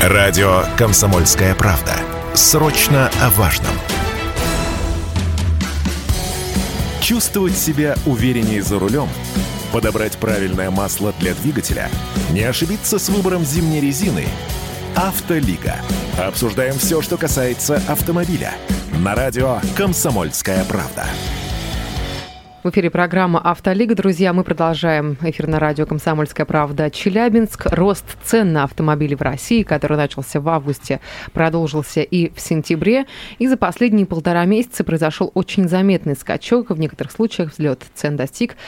Радио «Комсомольская правда». Срочно о важном. Чувствовать себя увереннее за рулем, подобрать правильное масло для двигателя, не ошибиться с выбором зимней резины. «Автолига». Обсуждаем все, что касается автомобиля. На радио «Комсомольская правда». В эфире программа «Автолига». Друзья, мы продолжаем эфир на радио «Комсомольская правда» Челябинск. Рост цен на автомобили в России, который начался в августе, продолжился и в сентябре. И за последние 1,5 месяца произошел очень заметный скачок. В некоторых случаях взлет цен достиг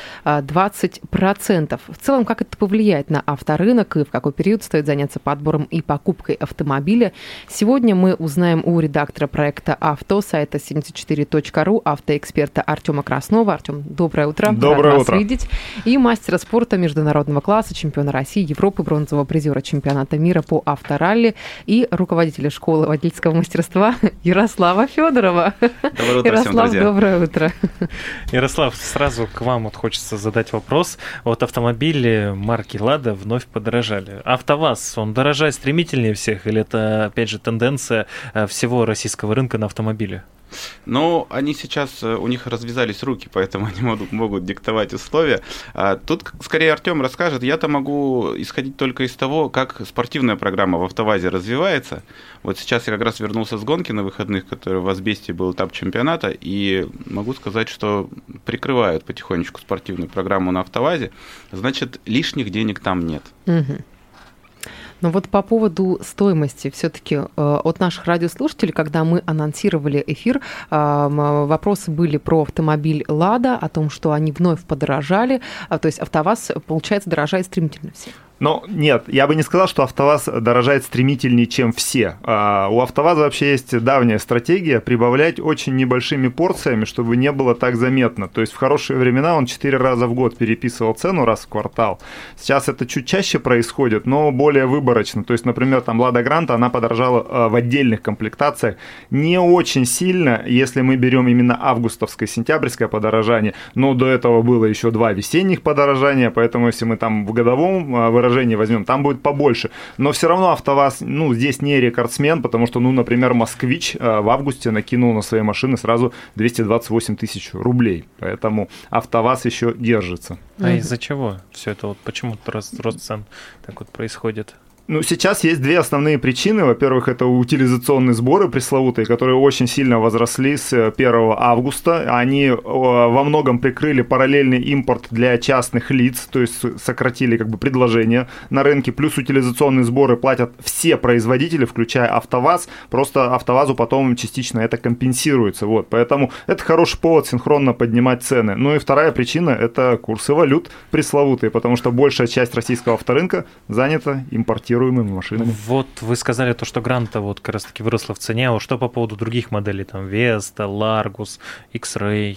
20%. В целом, как это повлияет на авторынок и в какой период стоит заняться подбором и покупкой автомобиля? Сегодня мы узнаем у редактора проекта «Авто» сайта 74.ru, автоэксперта Артема Краснова. Артем, доброе утро. Доброе Рад утро. вас видеть. И мастера спорта международного класса, чемпиона России, Европы, бронзового призера чемпионата мира по авторалли и руководителя школы водительского мастерства Ярослава Федорова. Доброе утро всем, друзья. Доброе утро. Ярослав, сразу к вам хочется задать вопрос. Вот автомобили марки «Лада» вновь подорожали. АвтоВАЗ, он дорожает стремительнее всех или это, опять же, тенденция всего российского рынка на автомобили? Ну, они сейчас, у них развязались руки, поэтому они могут диктовать условия. Тут скорее Артем расскажет. Я-то могу исходить только из того, как спортивная программа в АвтоВАЗе развивается. Вот сейчас я как раз вернулся с гонки на выходных, который в Асбесте был этап чемпионата, и могу сказать, что прикрывают потихонечку спортивную программу на АвтоВАЗе. Значит, лишних денег там нет. Но вот по поводу стоимости, все-таки от наших радиослушателей, когда мы анонсировали эфир, вопросы были про автомобиль «Лада», о том, что они вновь подорожали, то есть АвтоВАЗ, получается, дорожает стремительно все. Но нет, я бы не сказал, что АвтоВАЗ дорожает стремительнее, чем все. У АвтоВАЗа вообще есть давняя стратегия прибавлять очень небольшими порциями, чтобы не было так заметно. То есть в хорошие времена он 4 раза в год переписывал цену раз в квартал. Сейчас это чуть чаще происходит, но более выборочно. То есть, например, там Лада Гранта, она подорожала в отдельных комплектациях не очень сильно, если мы берем именно августовское, сентябрьское подорожание. Но до этого было еще 2 весенних подорожания, поэтому если мы там в годовом выражении возьмем, там будет побольше. Но все равно АвтоВАЗ, здесь не рекордсмен, потому что, например, «Москвич» в августе накинул на свои машины сразу 228 тысяч рублей. Поэтому АвтоВАЗ еще держится. А из-за чего все это? Почему рост цен так вот происходит? Сейчас есть 2 основные причины. Во-первых, это утилизационные сборы пресловутые, которые очень сильно возросли с 1 августа. Они во многом прикрыли параллельный импорт для частных лиц, то есть сократили предложение на рынке. Плюс утилизационные сборы платят все производители, включая АвтоВАЗ. Просто АвтоВАЗу потом частично это компенсируется. Поэтому это хороший повод синхронно поднимать цены. И вторая причина – это курсы валют пресловутые, потому что большая часть российского авторынка занята импортированием машинами. Вот вы сказали то, что Гранта как раз таки выросла в цене. А что по поводу других моделей? Там Веста, Ларгус, X-Ray?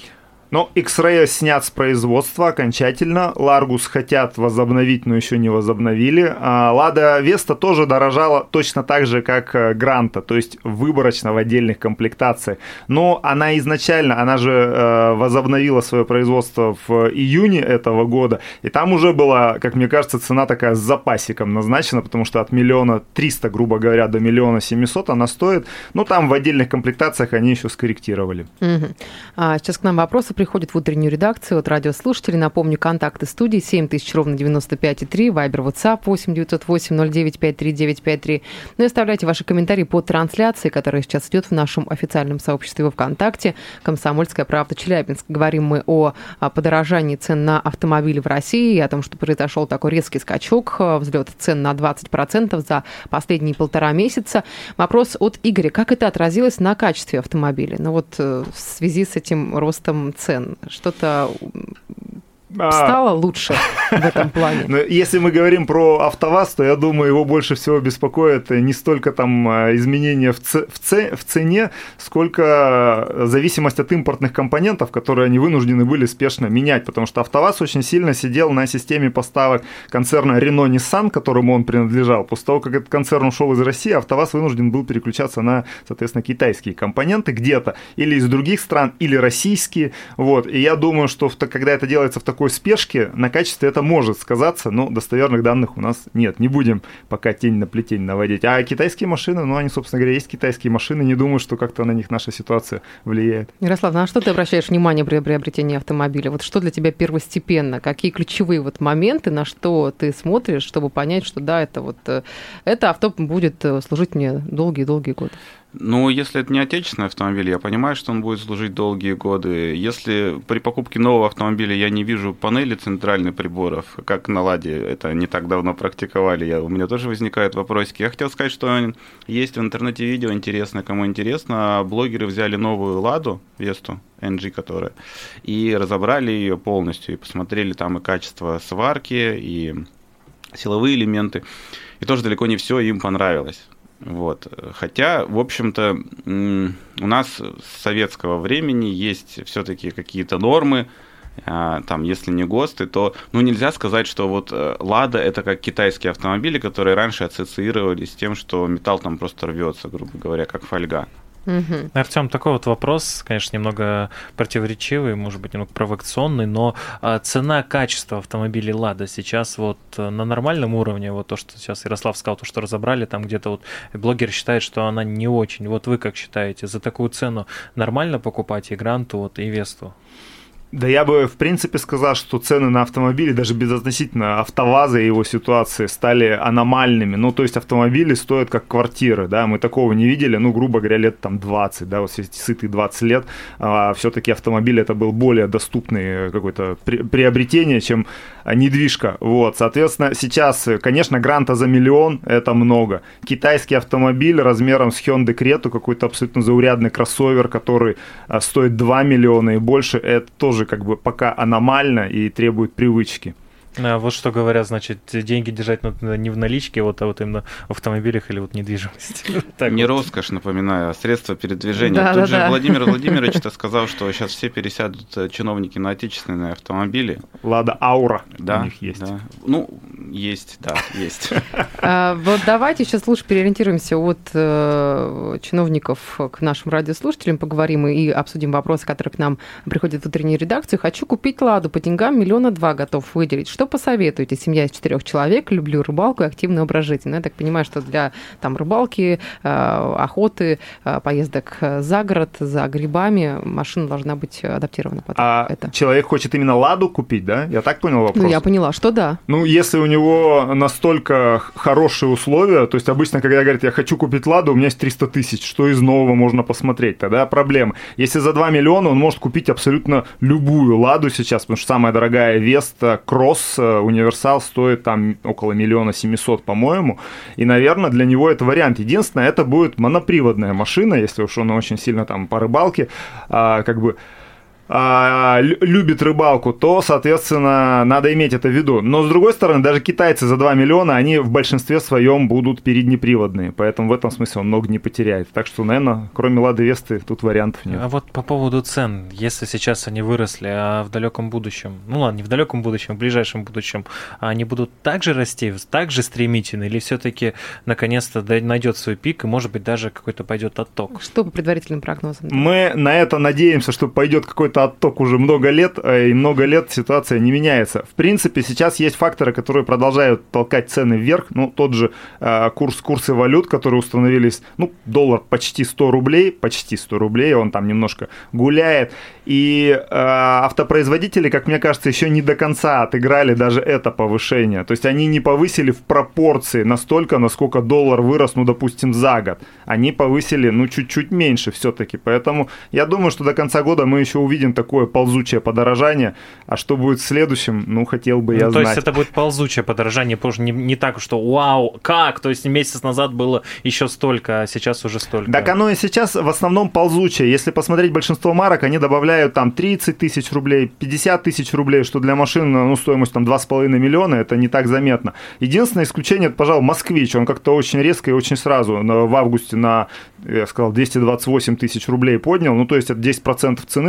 X-Ray снят с производства окончательно. Ларгус хотят возобновить, но еще не возобновили. Лада Веста тоже дорожала точно так же, как Гранта, то есть выборочно в отдельных комплектациях. Но она изначально, она же возобновила свое производство в июне этого года, и там уже была, как мне кажется, цена такая с запасиком назначена, потому что от 1 300 000, грубо говоря, до 1 700 000 она стоит. Там в отдельных комплектациях они еще скорректировали. Сейчас к нам вопросы приходят в утреннюю редакцию от радиослушателей. Напомню, контакты студии 7000 ровно 95,3, Вайбер, WhatsApp 8-908-09-53-953. И оставляйте ваши комментарии по трансляции, которая сейчас идет в нашем официальном сообществе ВКонтакте «Комсомольская правда Челябинск». Говорим мы о подорожании цен на автомобили в России, о том, что произошел такой резкий скачок, взлет цен на 20% за последние 1,5 месяца. Вопрос от Игоря. Как это отразилось на качестве автомобиля? В связи с этим ростом цен что-то стало луше в этом плане? Если мы говорим про АвтоВАЗ, то я думаю, его больше всего беспокоит не столько изменения в цене, сколько зависимость от импортных компонентов, которые они вынуждены были спешно менять, потому что АвтоВАЗ очень сильно сидел на системе поставок концерна Renault-Nissan, которому он принадлежал. После того, как этот концерн ушел из России, АвтоВАЗ вынужден был переключаться на, соответственно, китайские компоненты где-то, или из других стран, или российские. И я думаю, что когда это делается в такой такой спешке на качестве это может сказаться, но достоверных данных у нас нет. Не будем пока тень на плетень наводить. А китайские машины, ну, они, собственно говоря, есть китайские машины, не думаю, что как-то на них наша ситуация влияет. Ярослав, на что ты обращаешь внимание при приобретении автомобиля? Вот что для тебя первостепенно? Какие ключевые вот моменты, на что ты смотришь, чтобы понять, что да, это авто будет служить мне долгие-долгие годы? Ну, если это не отечественный автомобиль, я понимаю, что он будет служить долгие годы. Если при покупке нового автомобиля я не вижу панели центральных приборов, как на «Ладе», это не так давно практиковали, у меня тоже возникают вопросики. Я хотел сказать, что есть в интернете видео интересное, кому интересно. Блогеры взяли новую «Ладу», Весту, NG которая, и разобрали ее полностью, и посмотрели там и качество сварки, и силовые элементы. И тоже далеко не все им понравилось. Вот. Хотя, в общем-то, у нас с советского времени есть все-таки какие-то нормы, там, если не ГОСТы, то нельзя сказать, что вот «Лада» — это как китайские автомобили, которые раньше ассоциировались с тем, что металл там просто рвется, грубо говоря, как фольга. Угу. Артём, такой вот вопрос, конечно, немного противоречивый, может быть, немного провокационный, но цена-качество автомобилей «Лада» сейчас вот на нормальном уровне, вот то, что сейчас Ярослав сказал, то, что разобрали, там где-то вот блогер считает, что она не очень. Вот вы как считаете, за такую цену нормально покупать и «Гранту», вот, и «Весту»? Да я бы, в принципе, сказал, что цены на автомобили, даже безотносительно АвтоВАЗа и его ситуации, стали аномальными. Ну, то есть автомобили стоят как квартиры, да, мы такого не видели, грубо говоря, лет там 20, да, вот сытые 20 лет, все-таки автомобиль это был более доступный какое-то приобретение, чем недвижка, вот, соответственно, сейчас, конечно, «Гранта» за 1 000 000 это много. Китайский автомобиль размером с Hyundai Creta, какой-то абсолютно заурядный кроссовер, который стоит 2 миллиона и больше, это тоже как бы пока аномально и требует привычки. Вот что говорят, значит, деньги держать не в наличке, а вот именно в автомобилях или вот недвижимости. Не роскошь, напоминаю, а средства передвижения. Тут же Владимир Владимирович сказал, что сейчас все пересядут чиновники на отечественные автомобили. «Лада Аура» да, у них есть. Да. Есть. Вот давайте сейчас лучше переориентируемся от чиновников к нашим радиослушателям, поговорим и обсудим вопросы, которые к нам приходят в утреннюю редакцию. Хочу купить «Ладу» по деньгам 1 200 000 готов выделить. Что посоветуете? Семья из 4 человек, люблю рыбалку и активный образ жизни. Я так понимаю, что для там рыбалки, охоты, поездок за город, за грибами машина должна быть адаптирована под это. Человек хочет именно «Ладу» купить, да? Я так понял вопрос? Я поняла, что да. Если у него настолько хорошие условия, то есть обычно, когда говорят, я хочу купить «Ладу», у меня есть 300 000, что из нового можно посмотреть? Тогда проблема. Если за 2 миллиона он может купить абсолютно любую «Ладу» сейчас, потому что самая дорогая Веста, Кросс, универсал стоит там около 1 700 000, по-моему, и, наверное, для него это вариант. Единственное, это будет моноприводная машина, если уж он очень сильно там по рыбалке, любит рыбалку, то, соответственно, надо иметь это в виду. Но, с другой стороны, даже китайцы за 2 миллиона, они в большинстве своем будут переднеприводные, поэтому в этом смысле он много не потеряет. Так что, наверное, кроме «Лады Весты тут вариантов нет. А вот по поводу цен, если сейчас они выросли, а в далеком будущем, не в далеком будущем, в ближайшем будущем, они будут также расти, также стремительно, или все-таки наконец-то найдет свой пик и, может быть, даже какой-то пойдет отток? Что по предварительным прогнозам? Мы на это надеемся, что пойдет какой-то отток уже много лет, и много лет ситуация не меняется. В принципе, сейчас есть факторы, которые продолжают толкать цены вверх. Тот же курсы валют, которые установились, доллар почти 100 рублей, он там немножко гуляет. И автопроизводители, как мне кажется, еще не до конца отыграли даже это повышение. То есть они не повысили в пропорции настолько, насколько доллар вырос, допустим, за год. Они повысили, чуть-чуть меньше все-таки. Поэтому я думаю, что до конца года мы еще увидим такое ползучее подорожание. А что будет в следующем, хотел бы я знать. То есть это будет ползучее подорожание, позже не так, что вау, как? То есть месяц назад было еще столько, а сейчас уже столько. Так оно и сейчас в основном ползучее. Если посмотреть большинство марок, они добавляют там 30 000 рублей, 50 000 рублей, что для машин, стоимость там 2,5 миллиона, это не так заметно. Единственное исключение, это, пожалуй, «Москвич». Он как-то очень резко и очень сразу в августе на, я сказал, 228 000 рублей поднял. То есть это 10% цены, даже больше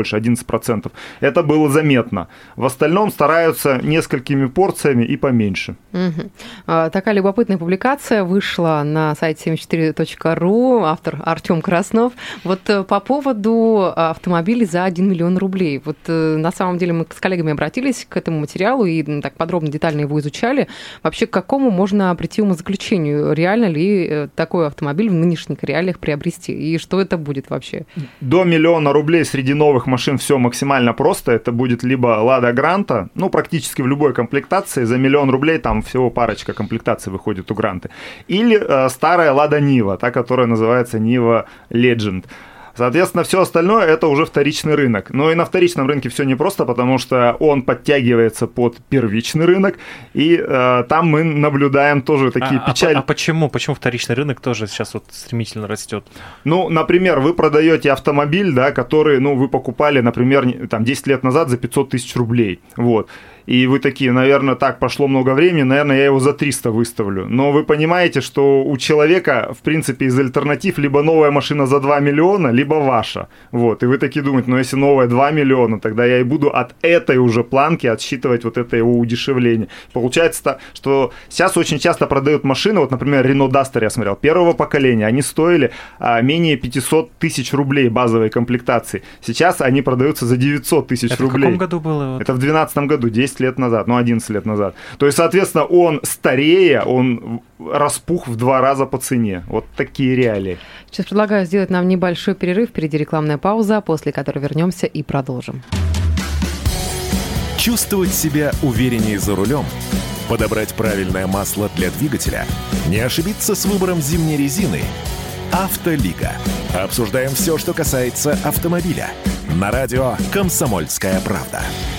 больше, 11%. Это было заметно. В остальном стараются несколькими порциями и поменьше. Такая любопытная публикация вышла на сайте 74.ru, автор Артем Краснов. Вот по поводу автомобилей за 1 миллион рублей. Вот на самом деле мы с коллегами обратились к этому материалу и так подробно, детально его изучали. Вообще, к какому можно прийти умозаключению? Реально ли такой автомобиль в нынешних реалиях приобрести? И что это будет вообще? До 1 миллиона рублей среди новых машин все максимально просто. Это будет либо Lada Granta, практически в любой комплектации. За 1 миллион рублей там всего парочка комплектаций выходит у Гранты. Или старая Lada Niva, та, которая называется Niva Legend. Соответственно, все остальное – это уже вторичный рынок. Но и на вторичном рынке все непросто, потому что он подтягивается под первичный рынок, и там мы наблюдаем тоже такие печали. А почему? Почему вторичный рынок тоже сейчас вот стремительно растет? Например, вы продаете автомобиль, да, который, вы покупали, например, там, 10 лет назад за 500 тысяч рублей. Вот. И вы такие, наверное, так, прошло много времени, наверное, я его за 300 выставлю. Но вы понимаете, что у человека, в принципе, из альтернатив либо новая машина за 2 миллиона, либо ваша. Вот. И вы такие думаете, если новая 2 миллиона, тогда я и буду от этой уже планки отсчитывать вот это его удешевление. Получается, что сейчас очень часто продают машины, вот, например, Renault Duster я смотрел, первого поколения, они стоили менее 500 тысяч рублей базовой комплектации. Сейчас они продаются за 900 тысяч рублей. Это в каком году было? Это в 2012 году, 10 лет назад, 11 лет назад. То есть, соответственно, он старее, он распух в 2 раза по цене. Вот такие реалии. Сейчас предлагаю сделать нам небольшой перерыв. Впереди рекламная пауза, после которой вернемся и продолжим. Чувствовать себя увереннее за рулем, подобрать правильное масло для двигателя, не ошибиться с выбором зимней резины. «Автолига». Обсуждаем все, что касается автомобиля. На радио «Комсомольская правда».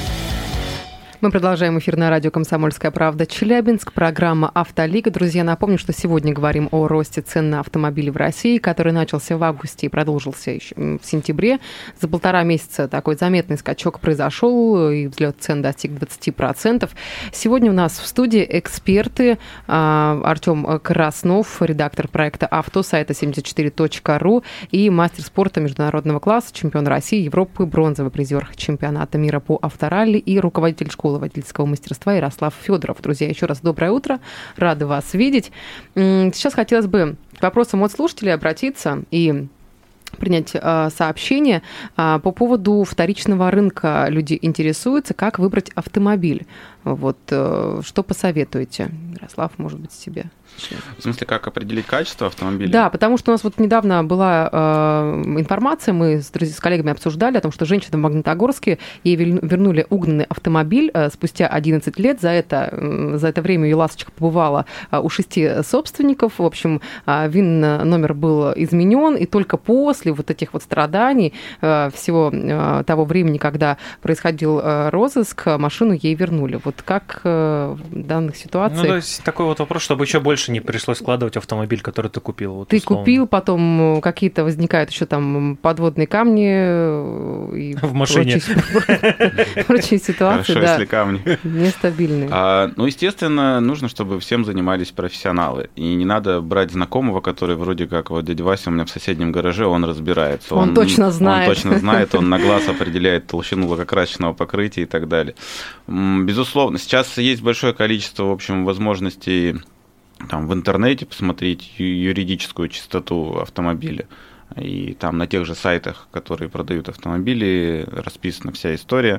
Мы продолжаем эфир на радио «Комсомольская правда» Челябинск, программа «Автолига». Друзья, напомню, что сегодня говорим о росте цен на автомобили в России, который начался в августе и продолжился еще в сентябре. За 1,5 месяца такой заметный скачок произошел, и взлет цен достиг 20%. Сегодня у нас в студии эксперты Артем Краснов, редактор проекта «Авто», сайта 74.ru, и мастер спорта международного класса, чемпион России, Европы, бронзовый призер чемпионата мира по авторалли и руководитель школы водительского мастерства Ярослав Федоров. Друзья, еще раз доброе утро. Рада вас видеть. Сейчас хотелось бы к вопросам от слушателей обратиться и принять сообщение по поводу вторичного рынка. Люди интересуются, как выбрать автомобиль. Вот что посоветуете? Ярослав, может быть, себе. В смысле, как определить качество автомобиля? Да, потому что у нас вот недавно была информация, мы с коллегами обсуждали о том, что женщина в Магнитогорске, ей вернули угнанный автомобиль спустя 11 лет. За это время ее ласточка побывала у 6 собственников. В общем, ВИН-номер был изменен, и только после вот этих вот страданий всего того времени, когда происходил розыск, машину ей вернули. Вот как в данных ситуациях? То есть такой вот вопрос, чтобы еще больше не пришлось складывать автомобиль, который ты купил. Вот, ты условно. Купил, потом какие-то возникают еще там подводные камни и в машине. Прочие ситуации. Хорошо, если камни. Нестабильные. Естественно, нужно, чтобы всем занимались профессионалы. И не надо брать знакомого, который вроде как, вот дядя Вася у меня в соседнем гараже, он разбирается. Он точно знает. Он точно знает, он на глаз определяет толщину лакокрасочного покрытия и так далее. Безусловно, сейчас есть большое количество, в общем, возможностей там в интернете посмотреть юридическую чистоту автомобиля. И там на тех же сайтах, которые продают автомобили, расписана вся история.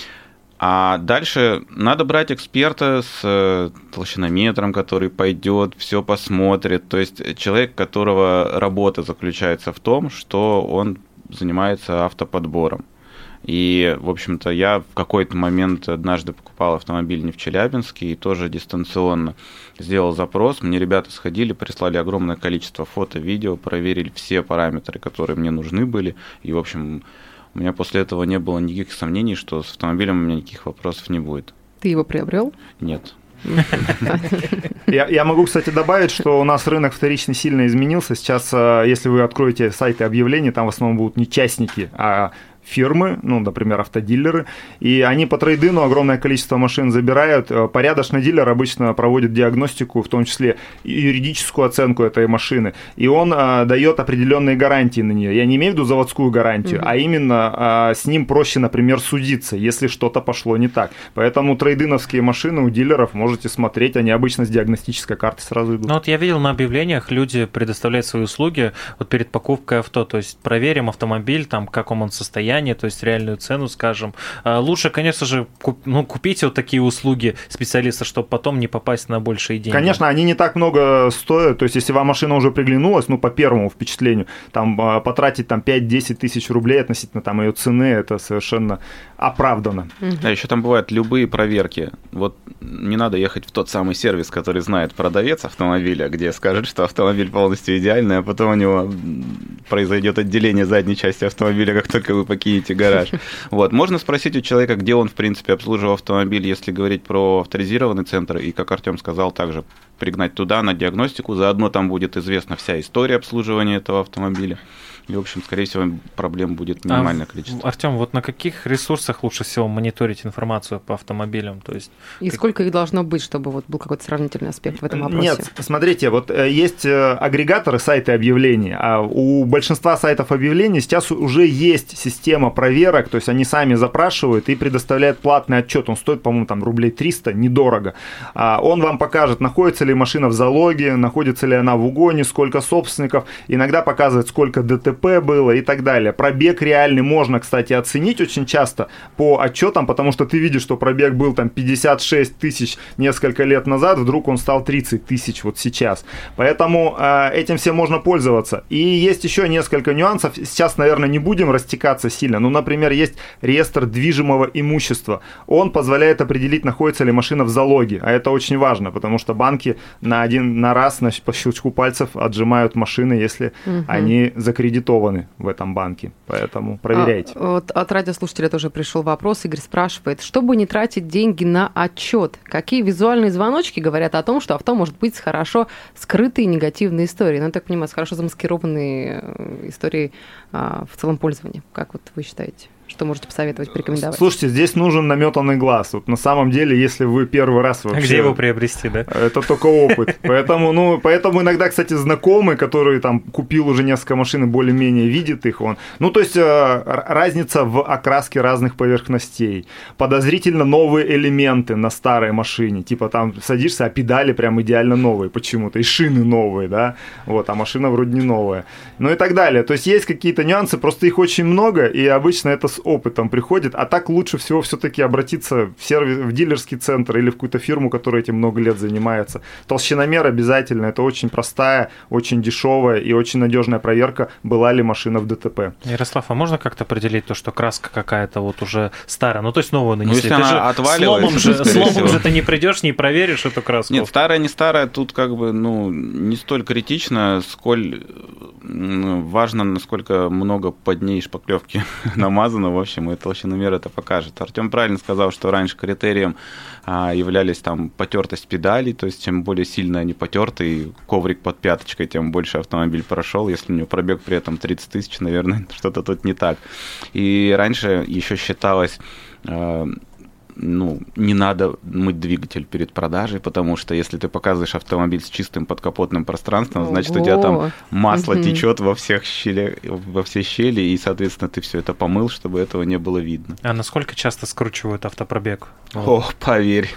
А дальше надо брать эксперта с толщинометром, который пойдет, все посмотрит. То есть человек, которого работа заключается в том, что он занимается автоподбором. И, в общем-то, я в какой-то момент однажды покупал автомобиль не в Челябинске и тоже дистанционно сделал запрос. Мне ребята сходили, прислали огромное количество фото, видео, проверили все параметры, которые мне нужны были. И, в общем, у меня после этого не было никаких сомнений, что с автомобилем у меня никаких вопросов не будет. Ты его приобрел? Нет. Я могу, кстати, добавить, что у нас рынок вторичный сильно изменился. Сейчас, если вы откроете сайты объявлений, там в основном будут не частники, а фирмы, ну, например, автодилеры, и они по трейд-ину огромное количество машин забирают. Порядочный дилер обычно проводит диагностику, в том числе и юридическую оценку этой машины, и он дает определенные гарантии на нее. Я не имею в виду заводскую гарантию, а именно с ним проще, например, судиться, если что-то пошло не так. Поэтому трейд-иновские машины у дилеров можете смотреть, они обычно с диагностической карты сразу идут. Ну вот я видел на объявлениях, люди предоставляют свои услуги вот перед покупкой авто, то есть проверим автомобиль, там, в каком он состоянии, то есть реальную цену скажем. Лучше, конечно же, купить вот такие услуги специалиста, чтобы потом не попасть на большие деньги. Конечно, они не так много стоят, то есть если вам машина уже приглянулась, ну, по первому впечатлению, там, потратить там 5-10 тысяч рублей относительно там ее цены, это совершенно оправданно. А еще там бывают любые проверки. Вот не надо ехать в тот самый сервис, который знает продавец автомобиля, где скажет, что автомобиль полностью идеальный, а потом у него произойдет отделение задней части автомобиля, как только вы покинете гараж. Вот. Можно спросить у человека, где он, в принципе, обслуживал автомобиль, если говорить про авторизированный центр, и, как Артем сказал, также пригнать туда на диагностику, заодно там будет известна вся история обслуживания этого автомобиля. И, в общем, скорее всего, проблем будет минимальное количество. Артем, вот на каких ресурсах лучше всего мониторить информацию по автомобилям? То есть... И сколько их должно быть, чтобы вот был какой-то сравнительный аспект в этом вопросе? Нет, смотрите, вот есть агрегаторы сайты объявлений, а у большинства сайтов объявлений сейчас уже есть система проверок, то есть они сами запрашивают и предоставляют платный отчет. Он стоит, по-моему, там рублей 300, недорого. Он вам покажет, находится ли машина в залоге, находится ли она в угоне, сколько собственников, иногда показывает, сколько ДТП было и так далее. Пробег реальный можно, кстати, оценить очень часто по отчетам, потому что ты видишь, что пробег был там 56 тысяч несколько лет назад, вдруг он стал 30 тысяч вот сейчас. Поэтому этим всем можно пользоваться. И есть еще несколько нюансов. Сейчас, наверное, не будем растекаться сильно. Ну, например, есть реестр движимого имущества. Он позволяет определить, находится ли машина в залоге. А это очень важно, потому что банки на раз по щелчку пальцев отжимают машины, если они закредитованы в этом банке, поэтому проверяйте. Вот от радиослушателя тоже пришел вопрос, Игорь спрашивает, чтобы не тратить деньги на отчет, какие визуальные звоночки говорят о том, что авто может быть с хорошо скрытой негативной историей, ну, я так понимаю, с хорошо замаскированной историей в целом пользования, как вот вы считаете? Что можете посоветовать, порекомендовать? Слушайте, здесь нужен наметанный глаз. Вот на самом деле, если вы первый раз вообще... Где его приобрести, да? Это только опыт. Поэтому иногда, кстати, знакомый, который там купил уже несколько машин и более-менее видит их, он... Ну, то есть разница в окраске разных поверхностей, подозрительно новые элементы на старой машине, типа там садишься, а педали прям идеально новые почему-то, и шины новые, да, вот, а машина вроде не новая. Ну и так далее. То есть есть какие-то нюансы, просто их очень много, и обычно это с опытом приходит, а так лучше всего все-таки обратиться в дилерский центр или в какую-то фирму, которая этим много лет занимается. Толщиномер обязательно, это очень простая, очень дешевая и очень надежная проверка, была ли машина в ДТП. Ярослав, а можно как-то определить то, что краска какая-то вот уже старая, ну то есть новую нанесли? Ну, если она отваливается, сломом же ты не придешь, не проверишь эту краску. Нет, старая, не старая, тут как бы, не столь критично, сколь важно, насколько много под ней шпаклевки намазано, в общем, и толщиномер это покажет. Артем правильно сказал, что раньше критерием являлись там потертость педалей, то есть чем более сильно они потерты, и коврик под пяточкой, тем больше автомобиль прошел. Если у него пробег при этом 30 тысяч, наверное, что-то тут не так. И раньше еще считалось... не надо мыть двигатель перед продажей, потому что если ты показываешь автомобиль с чистым подкапотным пространством, значит, у тебя там масло течет во все щели, и, соответственно, ты все это помыл, чтобы этого не было видно. А насколько часто скручивают автопробег? О, поверь.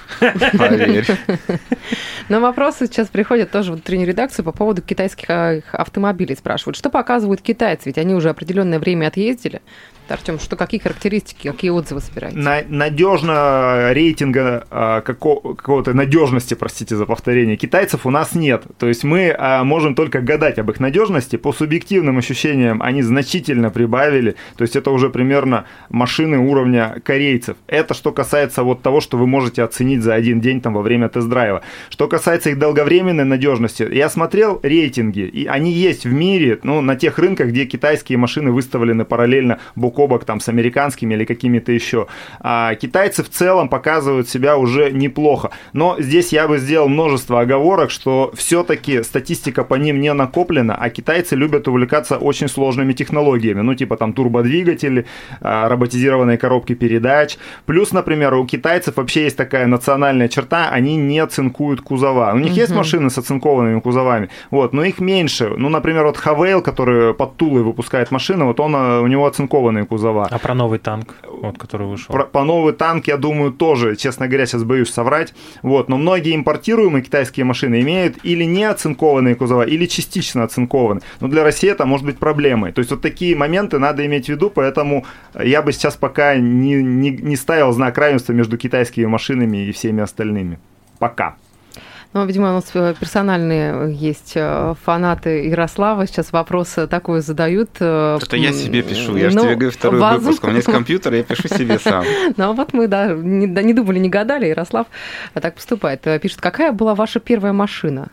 Но вопросы сейчас приходят тоже в утреннюю редакцию по поводу китайских автомобилей. Спрашивают, что показывают китайцы, ведь они уже определенное время отъездили. Артем, какие характеристики, какие отзывы собираете? Надежно рейтинга какого-то надежности, простите за повторение, китайцев у нас нет. То есть мы можем только гадать об их надежности. По субъективным ощущениям они значительно прибавили. То есть это уже примерно машины уровня корейцев. Это что касается вот того, что вы можете оценить за один день там, во время тест-драйва. Что касается их долговременной надежности, я смотрел рейтинги, и они есть в мире, на тех рынках, где китайские машины выставлены параллельно бок о бок там, с американскими или какими-то еще. А китайцы в целом показывают себя уже неплохо. Но здесь я бы сделал множество оговорок, что все-таки статистика по ним не накоплена, а китайцы любят увлекаться очень сложными технологиями, ну типа там турбодвигатели, роботизированные коробки передач. Плюс, например, у китайцев вообще есть такая национальная черта, они не цинкуют кузова. У них есть машины с оцинкованными кузовами, вот, но их меньше. Ну, например, вот Хавейл, который под Тулой выпускает машины, вот у него оцинкованные кузова. А про новый танк, вот, который вышел? По новый танк, я думаю, тоже, честно говоря, сейчас боюсь соврать. Вот, но многие импортируемые китайские машины имеют или не оцинкованные кузова, или частично оцинкованные. Но для России это может быть проблемой. То есть вот такие моменты надо иметь в виду, поэтому я бы сейчас пока не ставил знак равенства между китайскими машинами и всеми остальными. Пока. Ну, видимо, у нас персональные есть фанаты Ярослава. Сейчас вопрос такой задают. Это я себе пишу. Я же тебе говорю, второй выпуск. У меня есть компьютер, я пишу себе сам. Ну, вот мы, да, не думали, не гадали. Ярослав так поступает. Пишет, какая была ваша первая машина?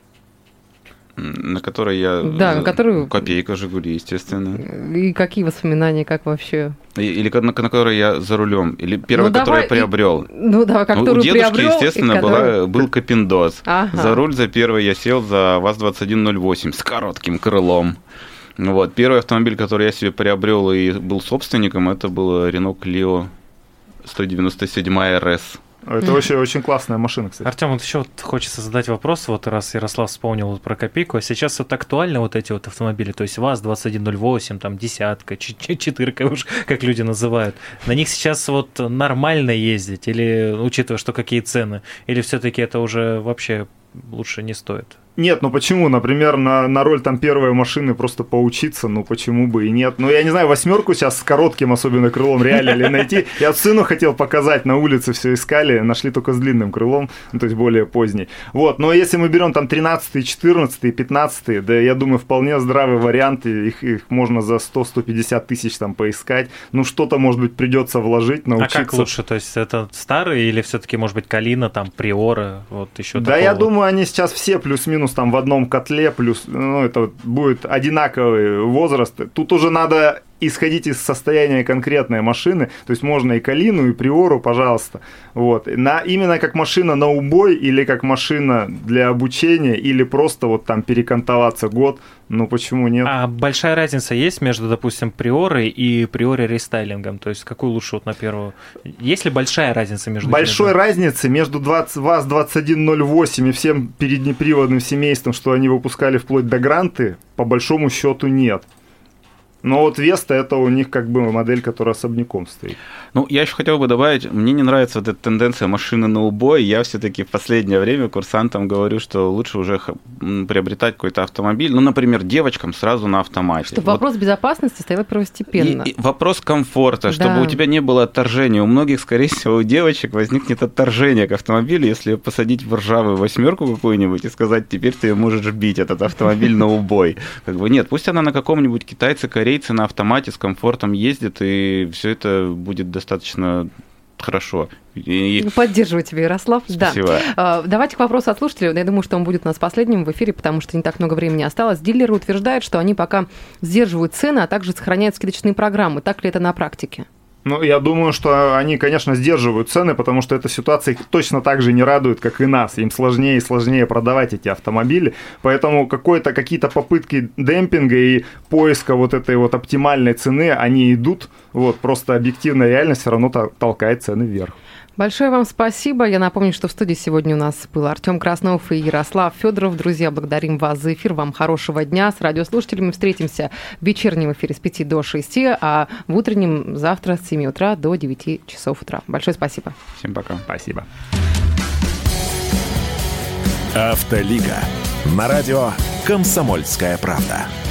На которой я... Да, на которую... Копейка, Жигули, естественно. И какие воспоминания, как вообще? Или на которой я за рулем. Или первая, которую я приобрел. Ну, да, которую у дедушки, приобрел, естественно, был Копиндоз. Ага. За руль за первый я сел за ВАЗ-2108 с коротким крылом. Вот. Первый автомобиль, который я себе приобрел и был собственником, это был Renault Clio 197 RS. Это вообще очень классная машина, кстати. Артём, вот еще хочется задать вопрос, вот раз Ярослав вспомнил про копейку, а сейчас вот актуальны вот эти вот автомобили, то есть ВАЗ-2108, там, десятка, четырка уж, как люди называют. На них сейчас вот нормально ездить, или, учитывая, что какие цены, или все-таки это уже вообще лучше не стоит? Нет, ну почему? Например, на роль там первой машины просто поучиться, ну почему бы и нет? Ну я не знаю, восьмерку сейчас с коротким особенно крылом реально ли найти. Я сыну хотел показать, на улице все искали, нашли только с длинным крылом, ну, то есть более поздний. Вот, но если мы берем там 13, 14, 15, да я думаю, вполне здравый вариант, их можно за 100-150 тысяч там поискать. Ну что-то, может быть, придется вложить, научиться. А как лучше? То есть это старые или все-таки, может быть, Калина, там, Приора, вот еще да, я думаю, они сейчас все плюс-минус там в одном котле, плюс, ну, это будет одинаковый возраст. Тут уже надо исходить из состояния конкретной машины, то есть можно и Калину, и Приору, пожалуйста. Вот. Именно как машина на убой, или как машина для обучения, или просто вот там перекантоваться год, ну почему нет? А большая разница есть между, допустим, Приорой и Приори рестайлингом? То есть какую лучше вот на первую? Есть ли большая разница между Большой разницы между ВАЗ-2108 и всем переднеприводным семейством, что они выпускали вплоть до Гранты, по большому счету нет. Но вот Веста это у них как бы модель, которая особняком стоит. Ну, я еще хотел бы добавить, мне не нравится вот эта тенденция машины на убой. Я все-таки в последнее время курсантам говорю, что лучше уже приобретать какой-то автомобиль. Ну, например, девочкам сразу на автомате. Чтобы вопрос безопасности стоял первостепенно. И вопрос комфорта, чтобы у тебя не было отторжения. У многих, скорее всего, у девочек возникнет отторжение к автомобилю, если посадить в ржавую восьмерку какую-нибудь и сказать, теперь ты можешь бить этот автомобиль на убой. Как бы нет, пусть она на каком-нибудь китайце, корейце на автомате с комфортом ездит, и все это будет достаточно хорошо. Поддерживаю тебя, Ярослав. Спасибо. Да. Давайте к вопросу от слушателей. Я думаю, что он будет у нас последним в эфире, потому что не так много времени осталось. Дилеры утверждают, что они пока сдерживают цены, а также сохраняют скидочные программы. Так ли это на практике? Ну, я думаю, что они, конечно, сдерживают цены, потому что эта ситуация их точно так же не радует, как и нас. Им сложнее и сложнее продавать эти автомобили. Поэтому какие-то попытки демпинга и поиска вот этой вот оптимальной цены, они идут. Вот, просто объективная реальность все равно толкает цены вверх. Большое вам спасибо. Я напомню, что в студии сегодня у нас был Артём Краснов и Ярослав Федоров. Друзья, благодарим вас за эфир. Вам хорошего дня. С радиослушателями встретимся в вечернем эфире с 5 до 6, а в утреннем завтра с 7 утра до 9 часов утра. Большое спасибо. Всем пока. Спасибо. Автолига. На радио «Комсомольская правда».